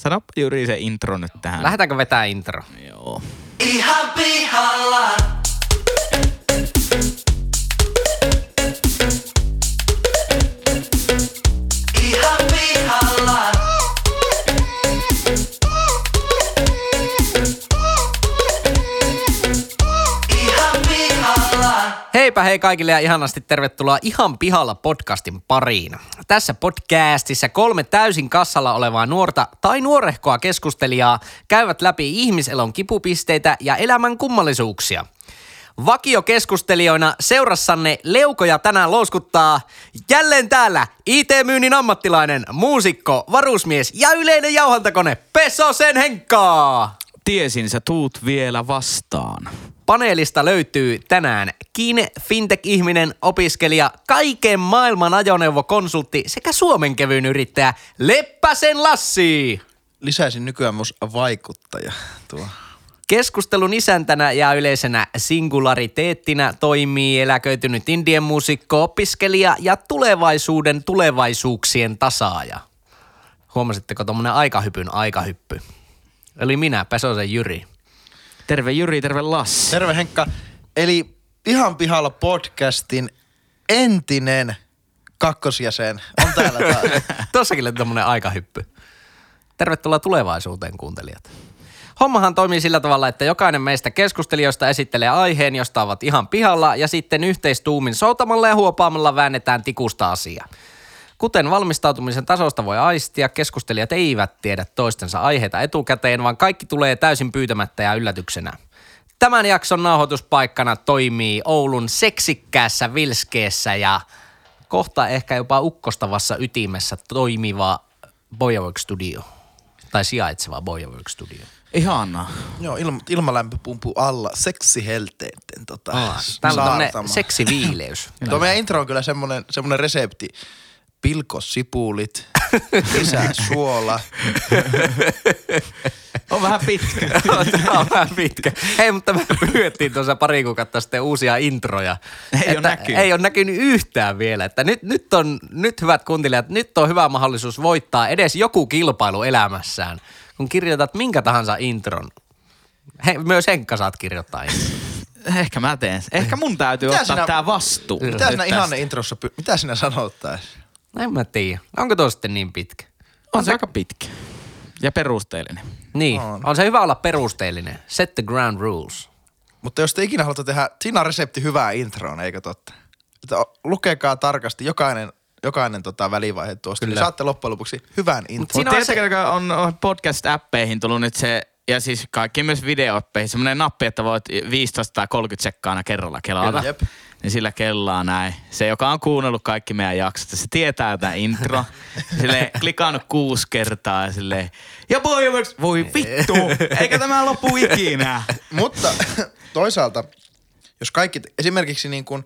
Sanoppa Jyri se intro nyt tähän. Lähdetäänkö vetää intro? Joo. Ihan pihalla. Ihan pihalla. Ihan pihalla. Heipä hei kaikille ja ihanasti tervetuloa Ihan pihalla podcastin pariin. Tässä podcastissa 3 täysin kassalla olevaa nuorta tai nuorehkoa keskustelijaa käyvät läpi ihmiselon kipupisteitä ja elämän kummallisuuksia. Vakiokeskustelijoina seurassanne leukoja tänään louskuttaa jälleen täällä IT-myynnin ammattilainen, muusikko, varusmies ja yleinen jauhantakone Pesosen Henkkaa. Tiesin, sä tuut vielä vastaan. Paneelista löytyy tänään fintech-ihminen, opiskelija, kaiken maailman ajoneuvokonsultti sekä Suomen kevyyn yrittäjä Leppäsen Lassi. Lisäisin nykyään myös vaikuttaja tuo. Keskustelun isäntänä ja yleisenä singulariteettina toimii eläköitynyt indien muusikko, opiskelija ja tulevaisuuden tulevaisuuksien tasaaja. Huomasitteko tommonen aikahyppy? Eli minä, Pesosen Jyri. Terve Jyri, terve Lassi. Terve Henkka. Eli Ihan pihalla podcastin entinen kakkosjäsen on täällä taas. Tossakin on tommonen aikahyppy. Tervetuloa tulevaisuuteen, kuuntelijat. Hommahan toimii sillä tavalla, että jokainen meistä keskustelijoista esittelee aiheen, josta ovat ihan pihalla, ja sitten yhteistuumin soutamalla ja huopaamalla väännetään tikusta asiaa. Kuten valmistautumisen tasosta voi aistia, keskustelijat eivät tiedä toistensa aiheita etukäteen, vaan kaikki tulee täysin pyytämättä ja yllätyksenä. Tämän jakson nauhoituspaikkana toimii Oulun seksikkäässä Vilskeessä ja kohta ehkä jopa ukkostavassa ytimessä toimiva Bojawork Studio. Tai sijaitseva Bojawork Studio. Ihanaa. Joo, ilmalämpöpumpu alla seksihelteiden Täällä on tämmönen seksiviileys. Tuo meidän intro on kyllä semmonen resepti. Pilkosipulit, lisää suola. On vähän pitkä. Tämä on vähän pitkä. Hei, mutta me pyydettiin tuossa pari kuukautta sitten uusia introja. Ei ole näkynyt yhtään vielä. Että nyt hyvät kuuntelijat, nyt on hyvä mahdollisuus voittaa edes joku kilpailu elämässään. Kun kirjoitat minkä tahansa intron. Myös Henkka saat kirjoittaa intron. Ehkä mä teen. Ehkä mun täytyy ottaa tää vastuu. Mitä sinä ihanne introssa, mitä sinä sanottais? En mä tiedä. Onko tuo sitten niin pitkä? On se aika pitkä. Ja perusteellinen. Niin, on se hyvä olla perusteellinen. Set the ground rules. Mutta jos te ikinä haluatte tehdä, siinä on resepti hyvää introon, eikö totta? Että lukekaa tarkasti jokainen välivaihe tuosta, niin saatte loppujen lopuksi hyvän intron. Mutta tiedättekö, on podcast-appeihin tullut nyt se, ja siis kaikki myös video-appeihin, semmoinen nappi, että voit 15 tai 30 sekkaa aina kerralla kelata. Jep. Niin sillä kellaa näin. Se, joka on kuunnellut kaikki meidän jaksot, se tietää jotain intro. Silleen klikannut 6 kertaa ja silleen, ja voi vittu, eikä tämä lopu ikinä. Mutta toisaalta, jos kaikki, esimerkiksi niin kuin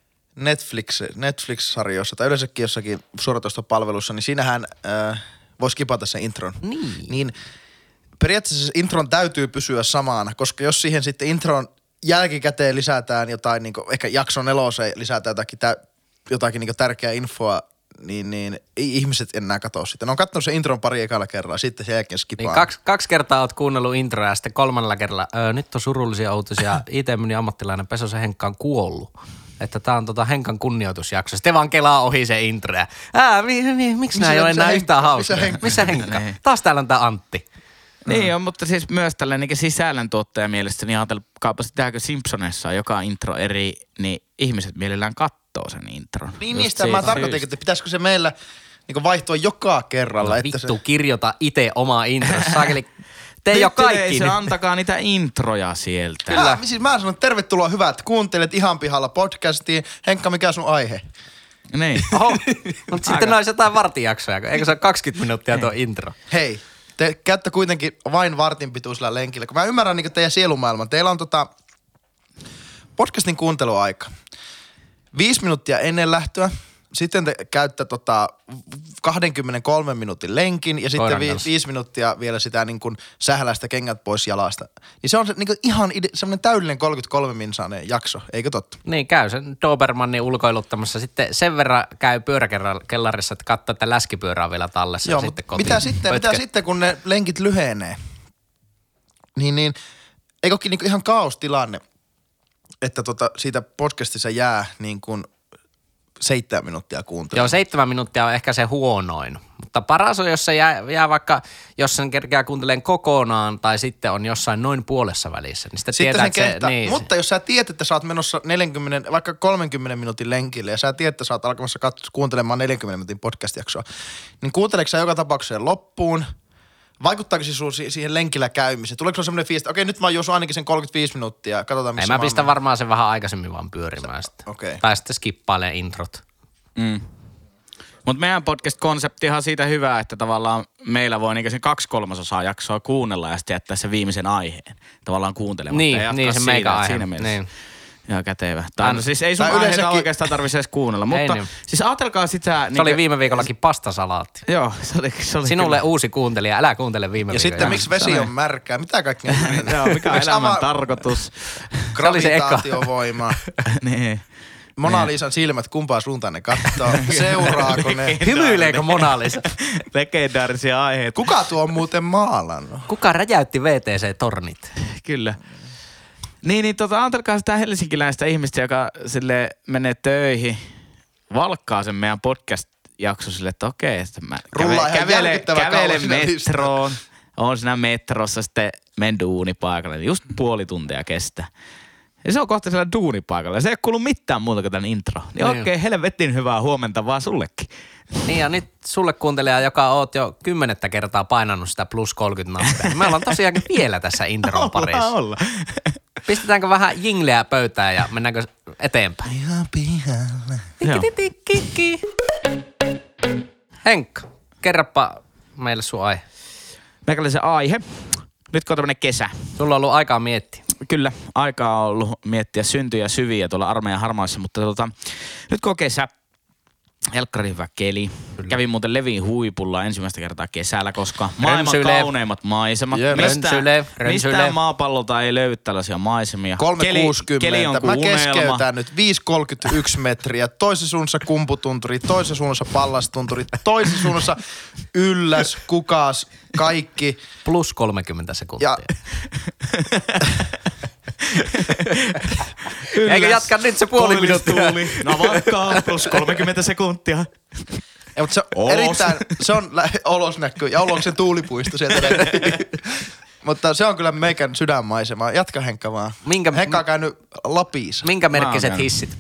Netflix-sarjoissa tai yleensäkin jossakin suoratoistopalvelussa, niin siinähän voisi kipata sen intron. Niin periaatteessa se intron täytyy pysyä samana, koska jos siihen sitten intron jälkikäteen lisätään jotain, niin kuin ehkä jakson 4 lisätään jotakin niin tärkeää infoa, niin ei ihmiset enää katso sitä. Ne on katsonut sen intron pari ekalla kerralla, sitten sen jälkeen skipaa. Niin kaksi kertaa oot kuunnellut introa ja sitten 3. kerralla, nyt on surullisia uutisia, IT-myynnin ammattilainen Pesosen Henkka on kuollut. Että tää on Henkan kunnioitusjakso. Sitten vaan kelaa ohi se intro ja miksi nää ei ole enää yhtään hauskaa? Missä Henkka? Taas täällä on tää Antti. Niin on, mutta siis myös tällainen sisällöntuottaja mielestä, niin ajatelkaapa sitäkö Simpsoneissa joka intro eri, niin ihmiset mielellään kattoo sen intron. Niin niistä mä tarkoitin, että pitäisikö se meillä niin vaihtua joka kerralla. No, että vittu, kirjoita itse omaa intro. Saakeli, tee jo kaikki. Se antakaa niitä introja sieltä. Kyllä. Siis mä sanon, että tervetuloa hyvät kuuntelet Ihan pihalla podcastiin. Henkka, mikä on sun aihe? Niin. Oho, mutta sitten olisi jotain vartijaksoja, eikö se ole 20 minuuttia tuo intro? Hei, te käytte kuitenkin vain vartin pituisella lenkillä. Kun mä ymmärrän niin teidän sielumaailman. Teillä on podcastin kuunteluaika. 5 minuuttia ennen lähtöä sitten te käytte 23 minuutin lenkin ja sitten Koiran kanssa. 5 minuuttia vielä sitä niin kuin sähläistä kengät pois jalasta. Niin se on se, niin kuin ihan semmoinen täydellinen 33 minsainen jakso, eikö totta? Niin, käy sen Dobermannin ulkoiluttamassa. Sitten sen verran käy pyöräkellarissa, että katsoo, että läskipyörä on vielä tallessa. Joo, ja sitten mutta kotiin. mitä sitten, kun ne lenkit lyhenee? Niin eikö olekin niin ihan kaostilanne, että siitä podcastissa jää niin kuin 7 minuuttia kuuntelemaan. Joo, 7 minuuttia on ehkä se huonoin. Mutta paras on, jos se jää vaikka, jos sen kerkeää kuuntelemaan kokonaan tai sitten on jossain noin puolessa välissä. Niin sitten tietää, sen kehtaa. niin, Mutta jos sä tiedät, että sä oot menossa 40, vaikka 30 minuutin lenkille ja sä tiedät, että sä oot alkamassa kuuntelemaan 40 minuutin podcast-jaksoa, niin kuunteleeko sä joka tapauksessa loppuun? Vaikuttaako se sun siihen lenkillä käymiseen? Tuleeko se semmoinen fiilis, että okei, nyt mä oon juossut ainakin sen 35 minuuttia, katsotaan missä Ei, mä pistän varmaan sen vähän aikaisemmin vaan pyörimään sitten. Okei. Tai sitten skippailee introt. Mutta meidän podcast-konseptihan on siitä hyvä, että tavallaan meillä voi niinku sen 2/3 jaksoa kuunnella ja sitten jättää sen viimeisen aiheen. Tavallaan kuuntelematta Niin, ja jatkaa niin se siitä, meikä että aihe. Siinä mielessä. Niin. Ihan kätevä. Tai no siis ei sun tai aiheita yleensäkin- oikeastaan tarvitse edes kuunnella, mutta niin. siis ajatelkaa sitä... Se oli viime viikollakin pastasalaatti. Joo, se oli Sinulle kyllä. uusi kuuntelija, älä kuuntele viime Ja viikolla. sitten miksi vesi on märkää? Mitä kaikkea? Joo, mikä on Miksi elämän tarkoitus? oli se eka. Gravitaatiovoima. niin. Mona Liisan silmät, kumpaan suuntaan ne kattoo. Seuraako ne? Hymyileekö Mona Lisa? Legendaarisia aiheita. Kuka tuo on muuten maalannut? Kuka räjäytti VTC-tornit? Kyllä. Niin ajatelkaa sitä helsinkiläistä ihmistä, joka sille menee töihin, valkkaa sen meidän podcast-jakso sille, että okei, että mä Rullaa ihan järkyttävän kauan kävelen siinä metroon, on siinä metrossa, sitten menen duunipaikalle, niin just puoli tuntia kestää. Ja se on kohta siellä duunipaikalla, ja se ei kuulu mitään muuta kuin tämän intro. Niin Niin. okei, helvetin hyvää huomenta vaan sullekin. Niin ja nyt sulle kuuntelija, joka oot jo 10 kertaa painanut sitä plus 30 nappia. Me ollaan tosiaan vielä tässä intron parissa. Olla. Pistetäänkö vähän jingleä pöytään ja mennäänkö eteenpäin? Ihan pihalla. Joo. Kikki. Henkka, kerropa meille sun aihe. Meikäläisen aihe. Nyt kun on tämmönen kesä. Sulla on ollut aikaa miettiä. Kyllä, aikaa on ollut miettiä syntyjä syviä tuolla armeijan harmaissa, mutta nyt kun on kesä, helkkari hyvä keli. Kävin muuten Levin huipulla ensimmäistä kertaa kesällä, koska maailman Rönsylee. kauneimmat maisemat. Jep. Rönsylee. Mistään maapallolta ei löydy tällaisia maisemia. 360. Keli on Mä kuin unelma. keskeytän nyt 5,31 metriä. Toisessa suunnassa kumputunturi, toisessa suunnassa pallastunturi, toisessa suunnassa ylläs, kukas, kaikki. Plus 30 sekuntia. Ja Eikö jatka nyt se puoli minuuttia? No vaikka plus 30 sekuntia. ja, mutta se on Olos. erittäin, se on Olos näkyy ja Oloksen tuulipuisto sieltä näkyy. Mutta se on kyllä meikän sydänmaisema. Jatka Henkka vaan. Henkka on käynyt Lapissa. Minkä merkkiset Mä oon hissit?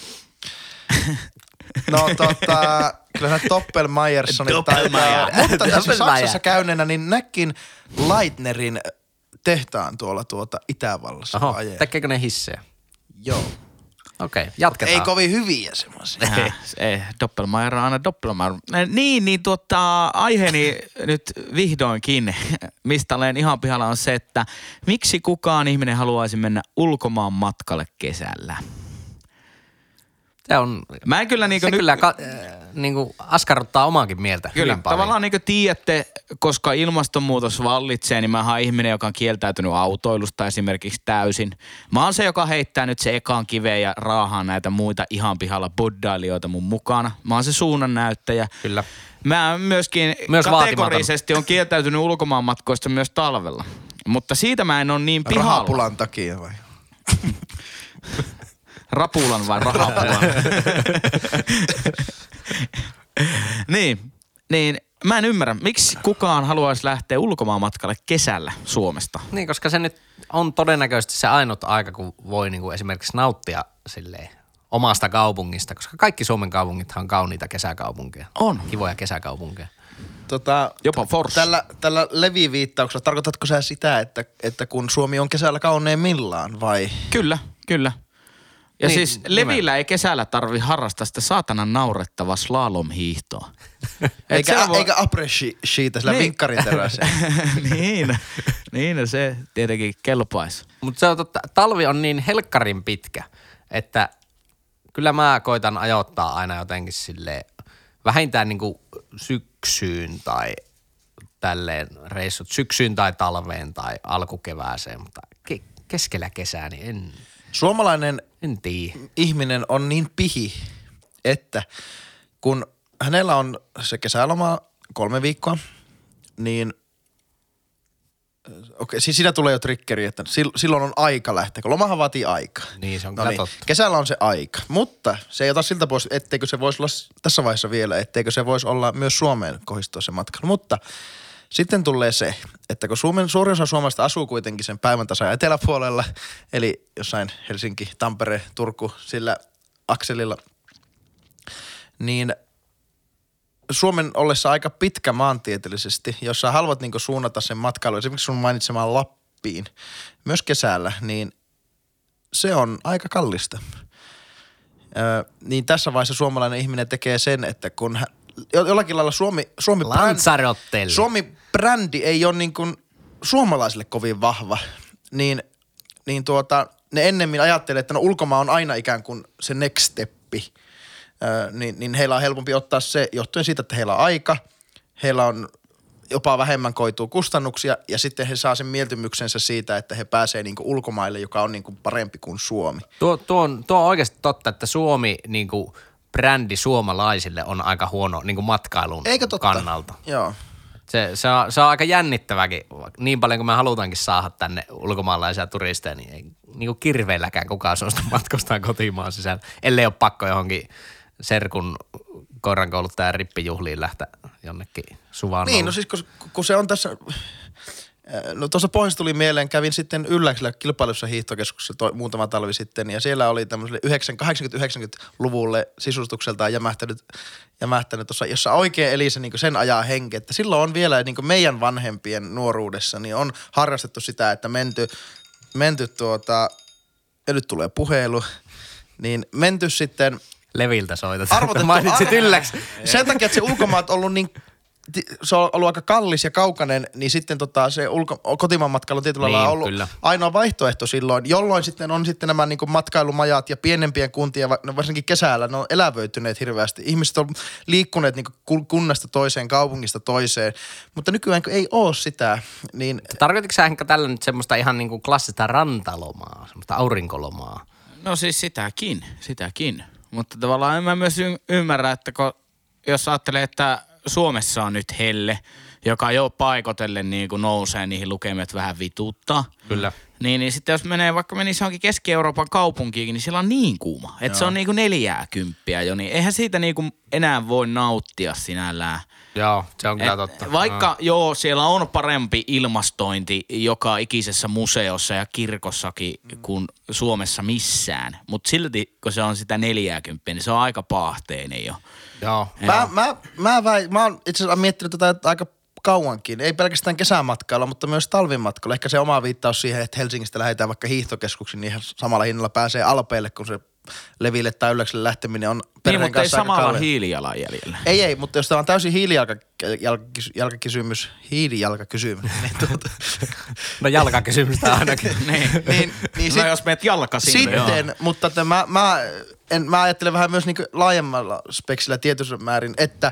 No kyllä se Doppelmayersonit Doppelmayr. Mutta tässä Doppelmayr. Saksassa käyneenä niin näkin Leitnerin tehtaan tuolla Itävallassa. Oho, ajee. tekeekö ne hissejä? Joo. Okei, jatketaan. Ei kovin hyviä semmoisia. Ei, Doppelmayr on aina Doppelmayr. Aiheeni nyt vihdoinkin, mistä olen ihan pihalla, on se, että miksi kukaan ihminen haluaisi mennä ulkomaan matkalle kesällä? Se on, Mä en kyllä se kyllä niinku askarruttaa omaakin mieltä Kyllä, hyvin paljon. tavallaan niin kuin tiedätte, koska ilmastonmuutos vallitsee, niin mä oon ihminen, joka on kieltäytynyt autoilusta esimerkiksi täysin. Mä oon se, joka heittää nyt se ekaan kiveen ja raahaa näitä muita ihan pihalla buddailijoita mun mukana. Mä oon se suunnannäyttäjä. Kyllä. Mä myöskin Myös kategorisesti on kieltäytynyt ulkomaanmatkoista myös talvella. Mutta siitä mä en ole niin pihalla. Rahapulan takia vai? Rapulan vai rahapulan? niin, mä en ymmärrä, miksi kukaan haluaisi lähteä ulkomaanmatkalle kesällä Suomesta. Niin, koska se nyt on todennäköisesti se ainut aika, kun voi niinku esimerkiksi nauttia silleen omasta kaupungista, koska kaikki Suomen kaupungithan on kauniita kesäkaupunkeja. On. Kivoja kesäkaupunkeja. Jopa Forssa. Tällä Levi-viittauksella, tarkoitatko sä sitä, että kun Suomi on kesällä kauneimmillaan vai? Kyllä. Ja Niin, siis Levillä ei kesällä tarvi harrastaa sitä saatanan naurettavaa slalom-hiihtoa. Eikä après-skiitä sillä Niin. vinkkarin terässä. niin, se tietenkin kelpaisi. Mutta se on totta, talvi on niin helkkarin pitkä, että kyllä mä koitan ajoittaa aina jotenkin silleen vähintään niinku syksyyn tai tälleen reissut syksyyn tai talveen tai alkukevääseen, mutta keskellä kesää niin Suomalainen en tiedä. ihminen on niin pihi, että kun hänellä on se kesäloma 3 viikkoa, niin okei, siis siinä tulee jo triggeri, että silloin on aika lähteä, kun lomahan vaatii aikaa. Niin, se on kyllä totta. Kesällä on se aika, mutta se ei ota siltä pois, etteikö se voisi olla tässä vaiheessa vielä, etteikö se voisi olla myös Suomeen kohdistua se matkailu. Mutta sitten tulee se, että kun suurin osa suomalaisista asuu kuitenkin sen päivän tasan eteläpuolella, eli jossain Helsinki, Tampere, Turku, sillä akselilla, niin Suomen ollessa aika pitkä maantieteellisesti, jos sä haluat niinku suunnata sen matkailu, esimerkiksi sun mainitsemaan Lappiin, myös kesällä, niin se on aika kallista. Niin tässä vaiheessa suomalainen ihminen tekee sen, että kun jollakin lailla Suomi-brändi ei ole niin kuin suomalaisille kovin vahva, niin ne ennemmin ajattelee, että no ulkomaan on aina ikään kuin se next steppi. Niin heillä on helpompi ottaa se johtuen siitä, että heillä on aika, heillä on jopa vähemmän koituu kustannuksia ja sitten he saa sen mieltymyksensä siitä, että he pääsee niinku ulkomaille, joka on niinku parempi kuin Suomi. Tuo on oikeasti totta, että Suomi niinku brändi suomalaisille on aika huono niinku matkailun kannalta. Joo. Se on aika jännittäväkin. Niin paljon kuin me halutaankin saada tänne ulkomaalaisia turisteja, niin ei niinku kirveelläkään kukaan suostu matkustaa kotimaan sisällä, ellei ole pakko johonkin serkun koirankouluttajan rippijuhliin lähteä jonnekin Suvannolle. Niin, no siis kun se on tässä, no tuossa pohjassa tuli mieleen, kävin sitten Ylläksellä kilpailussa hiihtokeskuksessa muutama talvi sitten ja siellä oli tämmöiselle 80-90-luvulle sisustukseltaan jämähtänyt tuossa, jossa oikein eli se niin sen ajaa henki, että silloin on vielä niin meidän vanhempien nuoruudessa, niin on harrastettu sitä, että menty ja nyt tulee puhelu, niin menty sitten Leviltä soitetaan. Mainitsit Ylläks. Sen takia, että se ulkomaat on ollut niin, se on ollut aika kallis ja kaukainen, niin sitten se kotimaan matkailu tietyllä lailla on ollut kyllä ainoa vaihtoehto silloin, jolloin sitten on sitten nämä niin kuin matkailumajat ja pienempien kuntien, varsinkin kesällä, ne on elävöityneet hirveästi. Ihmiset on liikkuneet niin kuin kunnasta toiseen, kaupungista toiseen, mutta nykyään ei ole sitä. Niin tarkoititko sä Henkka tällä nyt semmoista ihan niin kuin klassista rantalomaa, semmoista aurinkolomaa? No siis sitäkin. Mutta tavallaan en mä myös ymmärrä, että jos ajattelee, että Suomessa on nyt helle, joka jo paikotellen niin kuin nousee niihin lukemat vähän vituttaa. Kyllä. Niin sitten jos menisi johonkin Keski-Euroopan kaupunkiin, niin siellä on niin kuuma, että se on niin kuin 40 jo, niin eihän siitä niin kuin enää voi nauttia sinällään. Joo, se on kyllä totta. Vaikka siellä on parempi ilmastointi joka ikisessä museossa ja kirkossakin kuin Suomessa missään, mutta silti kun se on sitä 40, niin se on aika paahteinen jo. Joo. Mä oon itse asiassa miettinyt tätä aika kauankin. Ei pelkästään kesämatkailla, mutta myös talvimatkailla. Ehkä se oma viittaus siihen, että Helsingistä lähdetään vaikka hiihtokeskuksiin, niin ihan samalla hinnalla pääsee Alpeille, kun se Leville tai Ylläkselle lähteminen on perheen niin, mutta ei kanssa aika samalla kalliin. hiilijalanjäljellä. Ei, mutta jos tämä on täysin hiilijalkakysymys, niin No jalkakysymystä ainakin. niin jos meet jalkaisin. Sitten, mutta mä ajattelen vähän myös niinku laajemmalla speksillä tietyssä määrin, että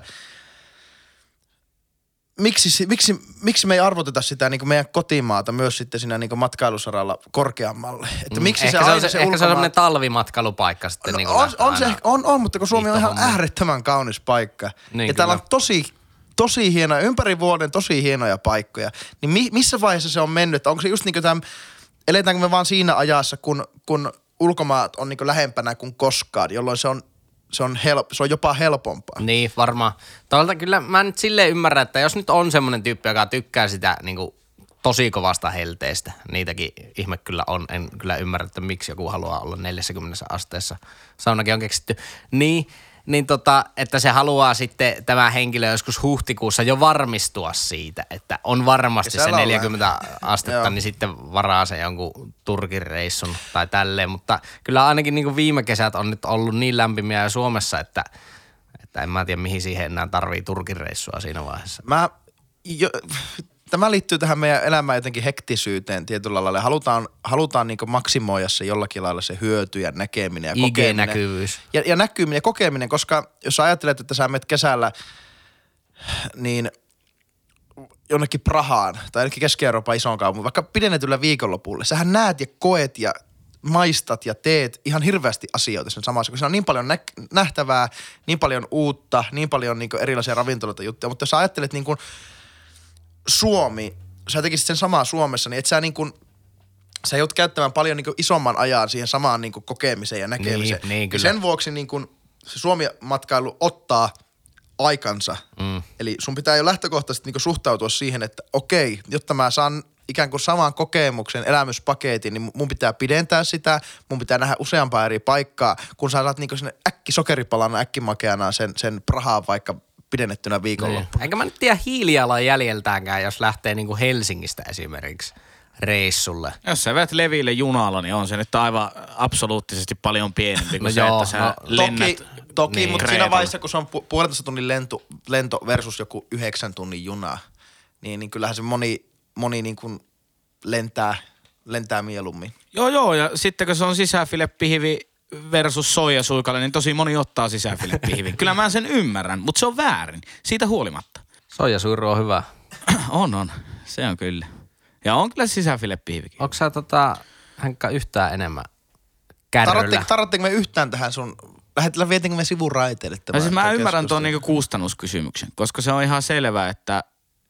miksi me ei arvoteta sitä niin kuin meidän kotimaata myös sitten siinä niin kuin matkailusaralla korkeammalle? Että miksi ehkä se on semmoinen talvimatkailupaikka sitten. No, niin on, mutta kun Suomi on ihan äärettömän kaunis paikka. Niin, ja täällä on tosi hienoja, ympäri vuoden tosi hienoja paikkoja. Niin missä vaiheessa se on mennyt? Onko se just niin kuin eletäänkö me vaan siinä ajassa, kun ulkomaat on niin kuin lähempänä kuin koskaan, jolloin se on jopa helpompaa. Niin, varmaan. Toisaalta kyllä mä nyt silleen ymmärrän, että jos nyt on semmoinen tyyppi, joka tykkää sitä niin kuin tosi kovasta helteestä, niitäkin ihme kyllä on, en kyllä ymmärrä, että miksi joku haluaa olla 40 asteessa. Saunakin on keksitty. Niin että se haluaa sitten tämä henkilö joskus huhtikuussa jo varmistua siitä, että on varmasti kesällä se 40 astetta, niin sitten varaa se jonkun Turkin reissun tai tälleen. Mutta kyllä ainakin niin kuin viime kesät on nyt ollut niin lämpimiä Suomessa, että en mä tiedä mihin siihen enää tarvii Turkin reissua siinä vaiheessa. tämä liittyy tähän meidän elämään jotenkin hektisyyteen tietyllä lailla. Halutaan niin maksimoida se jollakin lailla se hyöty ja näkeminen ja kokeminen. IG-näkyvyys. Ja näkyminen ja kokeminen, koska jos ajattelet, että sä menet kesällä niin jonnekin Prahaan tai jonnekin Keski-Euroopan isoon kaupunkiin, vaikka pidennetyllä viikonlopulle, sähän näet ja koet ja maistat ja teet ihan hirveästi asioita sen samassa, kun siinä on niin paljon nähtävää, niin paljon uutta, niin paljon niin erilaisia ravintoloita juttuja, mutta jos sä ajattelet niin kuin Suomi, sä tekisit sen samaa Suomessa, niin et sä niin kuin, sä joudut käyttämään paljon niin kuin isomman ajan siihen samaan niin kuin kokemiseen ja näkemiseen. Niin, kyllä. Sen vuoksi niin kuin se Suomi-matkailu ottaa aikansa. Eli sun pitää jo lähtökohtaisesti niin kuin suhtautua siihen, että okei, jotta mä saan ikään kuin saman kokemuksen, elämyspaketin, niin mun pitää pidentää sitä, mun pitää nähdä useampaa eri paikkaa, kun sä saat niin kuin sinne sokeripalan äkkimakeana sen Prahaan vaikka pidennettynä viikonloppuna. Enkä mä nyt tiedä hiilijalanjäljeltäänkään, jos lähtee niinku Helsingistä esimerkiksi reissulle. Jos sä vedät leville junalla, niin on se nyt aivan absoluuttisesti paljon pienempi kuin se, että sä lennät. Toki, niin, mutta siinä vaiheessa, kun se on 1,5 tunnin lento versus joku 9 tunnin juna, niin kyllähän se moni niin kuin lentää mieluummin. Joo, ja sitten kun se on sisäfilepihvi versus soijasuikalle, niin tosi moni ottaa sisäfilepihvin. Kyllä mä sen ymmärrän, mutta se on väärin, siitä huolimatta. Soijasuiru on hyvä. On, se on kyllä. Ja on kyllä sisäfilepihvikin. Onko sä Henkka yhtään enemmän kärryllä? Tarvitseeko me yhtään tähän sun, vietinkö me sivuraiteille? Siis mä ymmärrän tuon niinku kustannuskysymyksen, koska se on ihan selvä, että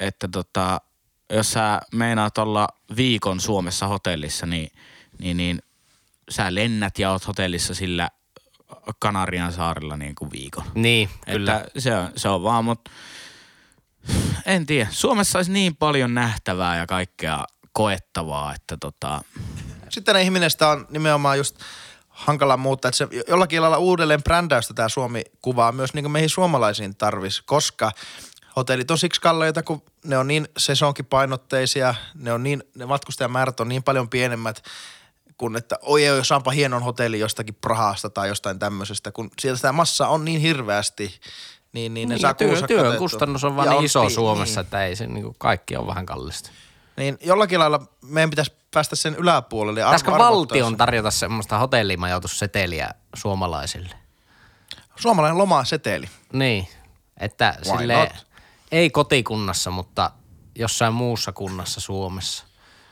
jos sä meinaat olla viikon Suomessa hotellissa, niin sä lennät ja oot hotellissa sillä Kanarian saarella niin kuin viikon. Niin, kyllä. Että se on vaan, mutta en tiedä. Suomessa olisi niin paljon nähtävää ja kaikkea koettavaa, että Sitten ihminen sitä on nimenomaan just hankala muuttaa, että se jollakin lailla uudelleen brändäystä tämä Suomi kuvaa myös niin kuin meihin suomalaisiin tarvisi, koska hotellit on siksi kalleita, kun ne on niin sesonkipainotteisia, ne matkustajamäärät on niin paljon pienemmät, kun että oi, saanpa hienon hotelli jostakin Prahasta tai jostain tämmöisestä, kun sieltä sitä massaa on niin hirveästi, niin ne saa kuussa työn kustannus on vaan niin iso Suomessa, että ei se niin kaikki on vähän kallista. Niin jollakin lailla meidän pitäisi päästä sen yläpuolelle. Pitäisikö valtion tarjota semmoista hotellimajoitusseteliä suomalaisille? Suomalainen lomaseteli. Niin, että silleen, ei kotikunnassa, mutta jossain muussa kunnassa Suomessa.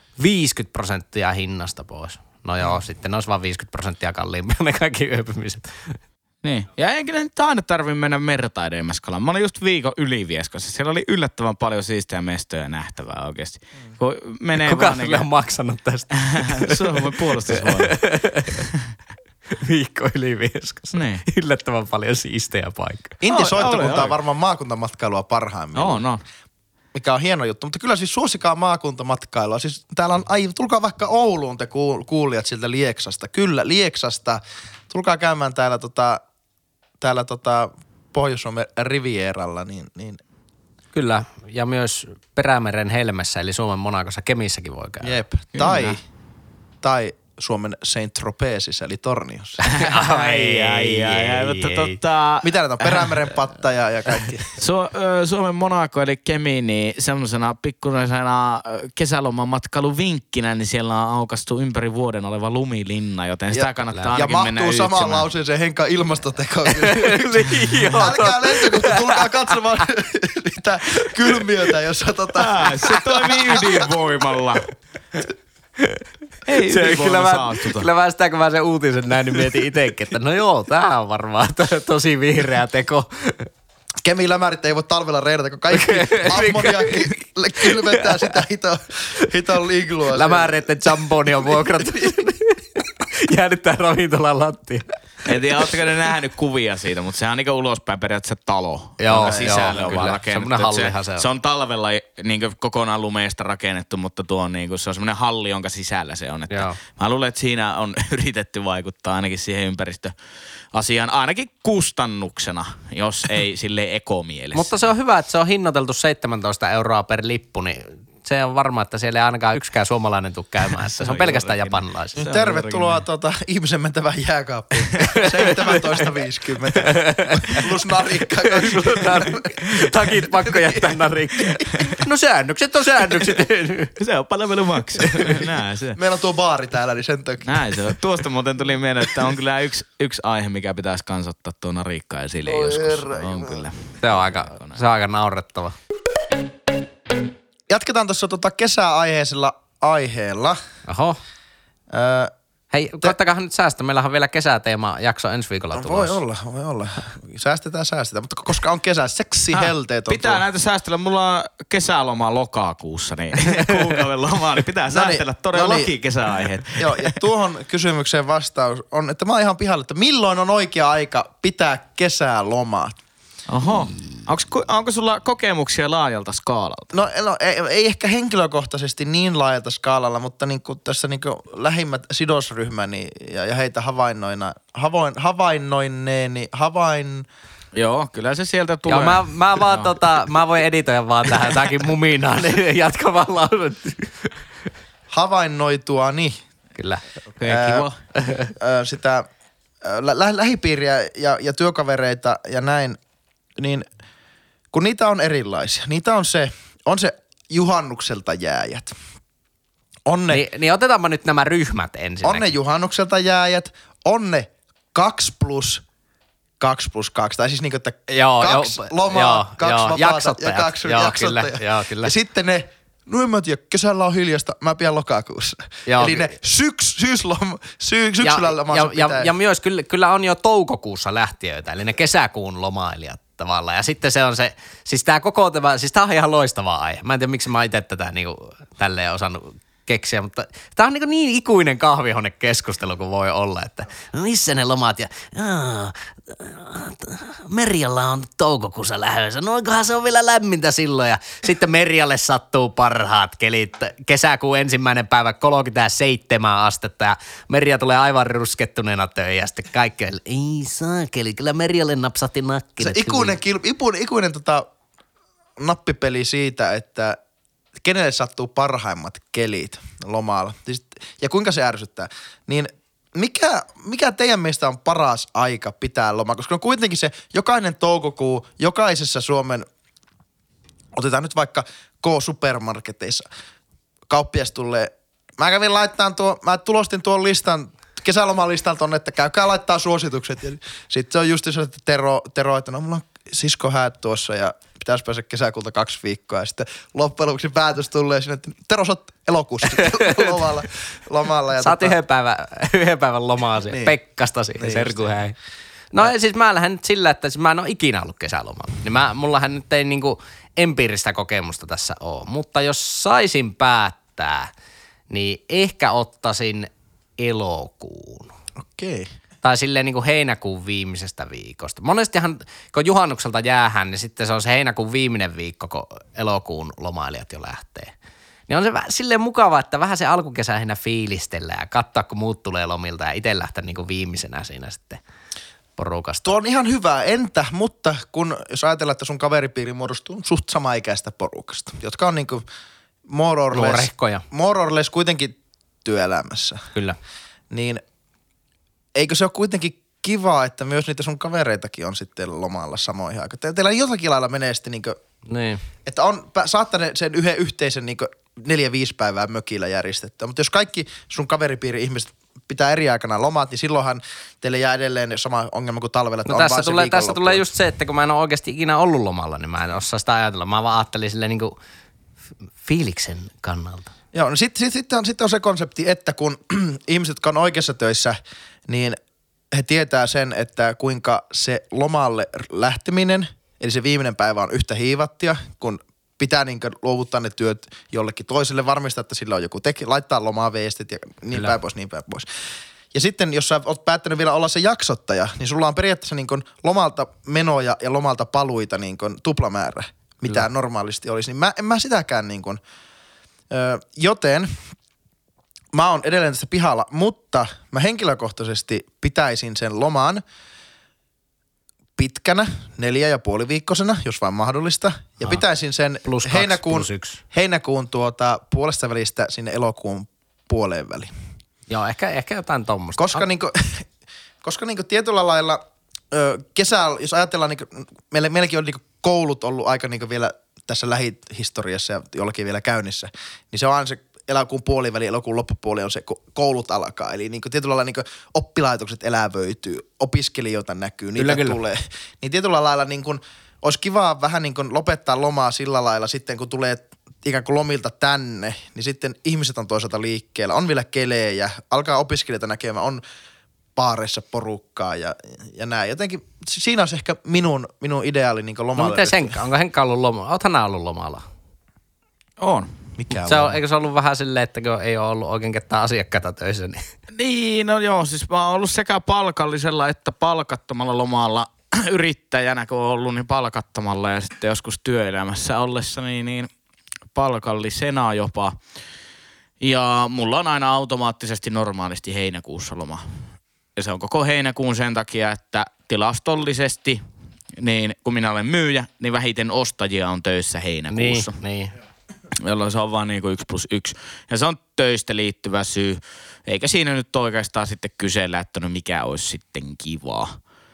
50% hinnasta pois. No joo, sitten ne olisi vaan 50% kalliimpia ne kaikki yöpymiset. Niin. Ja eikä ne nyt aina tarvitse mennä merta edemmäs kalaan. Mä olin just viikon Ylivieskassa. Siellä oli yllättävän paljon siistejä mestoja nähtävää oikeasti. Kuka sulle on maksanut tästä? Suomen puolustusvoima. Viikko Ylivieskassa. Niin. Yllättävän paljon siistejä paikkoja. Inti-soittokunta on varmaan maakuntamatkailua parhaimmillaan. On. Mikä on hieno juttu, mutta kyllä siis suosikaa maakuntamatkailua. Siis täällä on, tulkaa vaikka Ouluun te kuulijat siltä Lieksasta. Kyllä, Lieksasta. Tulkaa käymään täällä Pohjois-Suomen Rivieralla, niin. Kyllä, ja myös Perämeren Helmessä, eli Suomen Monacossa Kemissäkin voi käydä. Jep, tai Suomen Saint-Tropezissa, eli Torniossa. Ai, mutta mitä näitä on? Perämeren pattaja ja kaikki. Suomen Monaco eli Kemi, niin semmoisena pikkuisena kesälomamatkailuvinkkinä, niin siellä on aukastu ympäri vuoden oleva lumilinna, joten sitä kannattaa ainakin mennä mahtuu samaan lauseeseen Henkan ilmastoteko. Älkää lentokohta, tulkaa katsomaan niitä kylmiötä, jossa se toimii ydinvoimalla. Ei se, kyllä mä sitä, kun mä sen uutisen näin, niin mietin itsekin, että no joo, tää on varmaan tosi vihreä teko. Kemilämärit ei voi talvella reidata, kun kaikki ammoniakki kylvetää sitä hiton liiglua. Lämäreiden jambonia on vuokrattu. Jäädyttää ravintolan lattia. En tiedä, ootteko ne nähnyt kuvia siitä, mutta sehän on niinku ulospäin periaatteessa talo. Joo, sisällä on kyllä. vaan rakennettu. Se on talvella niinku kokonaan lumeesta rakennettu, mutta tuo on niinku, se on semmoinen halli, jonka sisällä se on. Että mä luulen, että siinä on yritetty vaikuttaa ainakin siihen ympäristöasiaan, ainakin kustannuksena, jos ei silleen ekomielessä. Mutta se on hyvä, että se on hinnoiteltu 17 € per lippu, niin se on varma, että siellä ei ainakaan yksikään suomalainen tule käymään. Että se on pelkästään japanilaisia. Tervetuloa ihmisen mentävään jääkaappiin. 17.50. Plus narikka. Takit pakko jättää narikkaan. No säännökset on säännökset. Se on palvelumaksu. Näin se. Meillä on tuo baari täällä, niin sen takia. Näin se on. Tuosta muuten tuli mieleen, että on kyllä yksi aihe, mikä pitäisi kansottaa tuo narikka esille joskus. On kyllä. Se on aika naurettava. Jatketaan tuossa kesäaiheisella aiheella. Oho. Hei, koittakahan nyt säästä. Meillähän on vielä kesäteema jakso ensi viikolla tulossa. Voi olla. Säästetään. Mutta koska on kesä, seksihelteet on pitää näitä säästellä. Mulla on kesäloma lokakuussa, niin kuukauden lomaa, niin pitää säästellä todellakin kesäaiheet. Joo, ja tuohon kysymykseen vastaus on, että mä oon ihan pihalla, että milloin on oikea aika pitää kesälomaa? Oho. Onko sulla kokemuksia laajalta skaalalta? No ei ehkä henkilökohtaisesti niin laajalta skaalalla, mutta niinku tässä niinku lähimmät sidosryhmäni ja heitä havainnoineeni. Joo, kyllä se sieltä tulee. Joo, mä vaan mä voin editoida vaan tähän jotakin muminaa, niin jatkavan lausun. Havainnoituani. Kyllä. Okei, kiva. Sitä lähipiiriä ja työkavereita ja näin, niin kun niitä on erilaisia. Niitä on se juhannukselta jääjät. Niin otetaanpa nyt nämä ryhmät ensin. On ne juhannukselta jääjät, on ne 2+2, tai siis niinku, että 2 lomaa, 2 vapaata ja 2 jaksottajaa. Joo, kyllä. Ja sitten ne, no en mä tiedä, kesällä on hiljasta, mä pidän lokakuussa. Joo, eli ne syksyllä lomansa pitää. Ja myös kyllä on jo toukokuussa lähtiöitä, eli ne kesäkuun lomailijat tavallaan. Ja sitten se on se, siis tää koko tämä, siis tää on ihan loistava aihe. Mä en tiedä, miksi mä itse tätä niinku tälleen osannut keksiä, mutta tää on niin ikuinen kahvihonekeskustelu kuin voi olla, että missä ne lomat ja Merjalla on toukokuussa lähdössä, no onkohan se on vielä lämmintä silloin ja sitten Merjalle sattuu parhaat kelit, kesäkuun 1. päivä 37 astetta ja Merja tulee aivan ruskettuneena töihin ja sitten kaikki ei saakeli, kyllä Merjalle napsahti nakki. Se ikuinen nappipeli siitä, että kenelle sattuu parhaimmat kelit lomalla ja kuinka se ärsyttää, niin mikä teidän mielestä on paras aika pitää lomaa? Koska on kuitenkin se jokainen toukokuu, jokaisessa Suomen, otetaan nyt vaikka K-supermarketeissa, kauppias tulee, mä kävin laittamaan mä tulostin tuon listan, kesälomalistan tonne, että käykää laittaa suositukset. Ja sitten se on just se, että Tero, että no mulla on siskohäät tuossa ja pitäisi päästä kesäkuulta 2 viikkoa. Ja sitten loppujen lopuksi päätös tulee sinne, että Tero, sä oot elokuussa lomalla. Ja saat yhden päivän lomaa siihen, niin. Pekkastasi, niin serkuhäin. No siis mä lähden nyt sillä, että mä en ole ikinä ollut kesälomalla. Niin mullahan nyt ei niinku empiiristä kokemusta tässä ole. Mutta jos saisin päättää, niin ehkä ottaisin elokuun. Okei. Tai silleen niin kuin heinäkuun viimeisestä viikosta. Monestihan, kun juhannukselta jäähän, niin sitten se on se heinäkuun viimeinen viikko, kun elokuun lomailijat jo lähtee. Niin on se silleen mukava, että vähän se alkukesä fiilistellään ja katsoa, kun muut tulee lomilta ja itse lähteä niin kuin viimeisenä siinä sitten porukasta. Tuo on ihan hyvä. Mutta jos ajatellaan, että sun kaveripiiri muodostuu suht samaikäistä porukasta, jotka on niin kuin more or less kuitenkin työelämässä. Kyllä. Niin eikö se ole kuitenkin kiva, että myös niitä sun kavereitakin on sitten lomalla samoihin aikaan? Teillä jotakin lailla menee sitten niin. Että saattaa sen yhden yhteisen 4-5 päivää mökillä järjestettyä. Mutta jos kaikki sun kaveripiiri ihmiset pitää eri aikana lomat, niin silloinhan teille jää edelleen sama ongelma kuin talvella, että no on tässä tulee just se, että kun mä en ole oikeasti ikinä ollut lomalla, niin mä en osaa sitä ajatella. Mä vaan ajattelin silleen niin kuin fiiliksen kannalta. Joo, no sitten on se konsepti, että kun ihmiset, jotka on oikeassa töissä, niin he tietää sen, että kuinka se lomalle lähteminen, eli se viimeinen päivä on yhtä hiivattia, kun pitää luovuttaa ne työt jollekin toiselle, varmistaa, että sillä on joku laittaa lomaviestit ja niin päin pois. Ja sitten, jos sä oot päättänyt vielä olla se jaksottaja, niin sulla on periaatteessa lomalta menoja ja lomalta paluita tuplamäärä, mitä normaalisti olisi. Niin en mä sitäkään joten mä oon edelleen tässä pihalla, mutta mä henkilökohtaisesti pitäisin sen loman pitkänä, 4,5-viikkosena, jos vain mahdollista. Ja pitäisin sen heinäkuun puolesta välistä sinne elokuun puoleen väliin. Joo, ehkä jotain tommoista. Koska tietyllä lailla kesällä, jos ajatellaan, meilläkin on koulut ollut aika vielä tässä lähihistoriassa ja jollakin vielä käynnissä, niin se on aina se elokuun puoliväli, elokuun loppupuoli on se, kun koulut alkaa. Eli tietyllä lailla oppilaitokset elävöityy, opiskelijoita näkyy, niitä tulee. Niin tietyllä lailla olisi kiva vähän lopettaa lomaa sillä lailla sitten, kun tulee ikään kuin lomilta tänne, niin sitten ihmiset on toisaalta liikkeellä, on vielä kelejä, alkaa opiskelijoita näkemään, on baareissa porukkaa ja näin. Jotenkin siinä olisi ehkä minun ideaali lomalle. No miten Henkka? Onko Henkka ollut lomalla? Oothan nää ollut lomalla? On. Eikö se ollut vähän silleen, että kun ei ole ollut oikein ketään asiakkaita töissä? Niin, no joo, siis mä oon ollut sekä palkallisella että palkattomalla lomalla yrittäjänä, kun on ollut niin palkattomalla ja sitten joskus työelämässä ollessa niin palkallisena jopa. Ja mulla on aina automaattisesti normaalisti heinäkuussa loma. Ja se on koko heinäkuun sen takia, että tilastollisesti, niin kun minä olen myyjä, niin vähiten ostajia on töissä heinäkuussa. Niin. Jolloin se on vaan 1+1. Ja se on töistä liittyvä syy. Eikä siinä nyt oikeastaan sitten kysellä, että no mikä olisi sitten kivaa.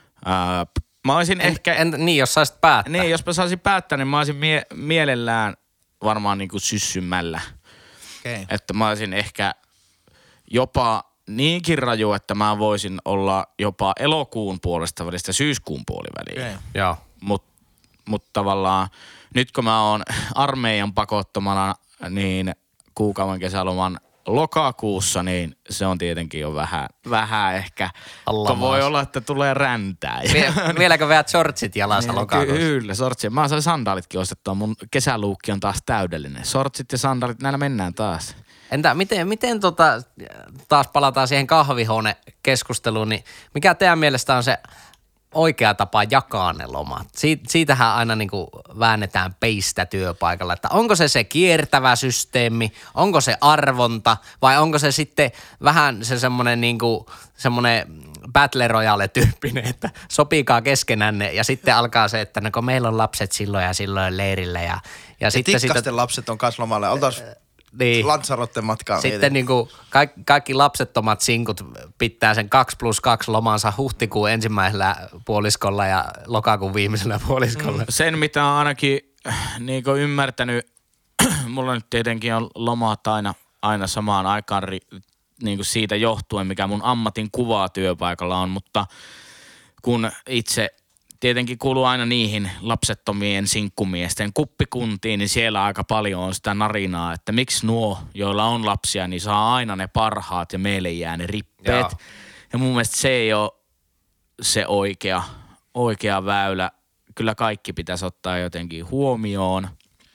Mä olisin niin, jos saisit päättää. Niin, jos mä saisin päättää, niin mä olisin mielellään varmaan syssymällä. Okay. Että mä olisin ehkä jopa niinkin raju, että mä voisin olla jopa elokuun puolesta välistä syyskuun puoliväliin. Okay. Joo. Mut tavallaan nyt kun mä oon armeijan pakottomana, niin kuukauden kesäloman lokakuussa, niin se on tietenkin jo vähän ehkä, kun voi olla, että tulee räntää. Vieläkö veät shortsit jalassa niin, lokakuussa? Kyllä, shortsit. Mä sain sandaalitkin ostettua. Mun kesäluukki on taas täydellinen. Shortsit ja sandaalit, näillä mennään taas. Entä miten taas palataan siihen kahvihuone-keskusteluun, niin mikä teidän mielestä on se oikea tapa jakaa ne lomat? Siitähän aina väännetään peistä työpaikalla, että onko se kiertävä systeemi, onko se arvonta vai onko se sitten vähän se semmoinen Battle Royale-tyyppinen, että sopikaa keskenänne ja sitten alkaa se, että kun meillä on lapset silloin ja silloin leirillä ja sitten tikkasten lapset on kans lomalle. Oltaisiin niin. Lanzarotten matkaan. Sitten kaikki lapsettomat sinkut pitää sen 2+2 lomansa huhtikuun ensimmäisellä puoliskolla ja lokakuun viimeisellä puoliskolla. Sen mitä on ainakin ymmärtänyt, mulla nyt tietenkin on lomat aina samaan aikaan siitä johtuen, mikä mun ammatin kuvaa työpaikalla on, mutta kun itse tietenkin kuuluu aina niihin lapsettomien sinkkumiesten kuppikuntiin, niin siellä aika paljon on sitä narinaa, että miksi nuo, joilla on lapsia, niin saa aina ne parhaat ja meille jää ne rippeet. Joo. Ja mun mielestä se ei ole se oikea väylä. Kyllä kaikki pitäisi ottaa jotenkin huomioon.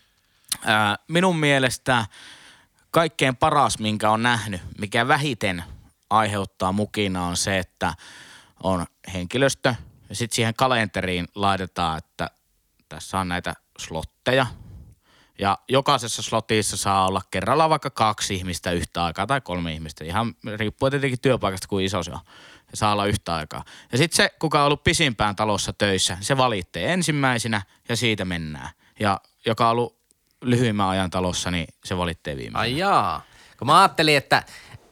Minun mielestä kaikkein paras, minkä on nähnyt, mikä vähiten aiheuttaa mukina on se, että on henkilöstö, ja sitten siihen kalenteriin laitetaan, että tässä on näitä slotteja. Ja jokaisessa slotissa saa olla kerrallaan vaikka 2 ihmistä yhtä aikaa tai 3 ihmistä. Ihan riippuu tietenkin työpaikasta, kuin iso se on. Ja saa olla yhtä aikaa. Ja sitten se, kuka on ollut pisimpään talossa töissä, se valitsee ensimmäisenä ja siitä mennään. Ja joka on ollut lyhyimmän ajan talossa, niin se valitsee viimeinen. Ai jaa. Kun mä ajattelin, että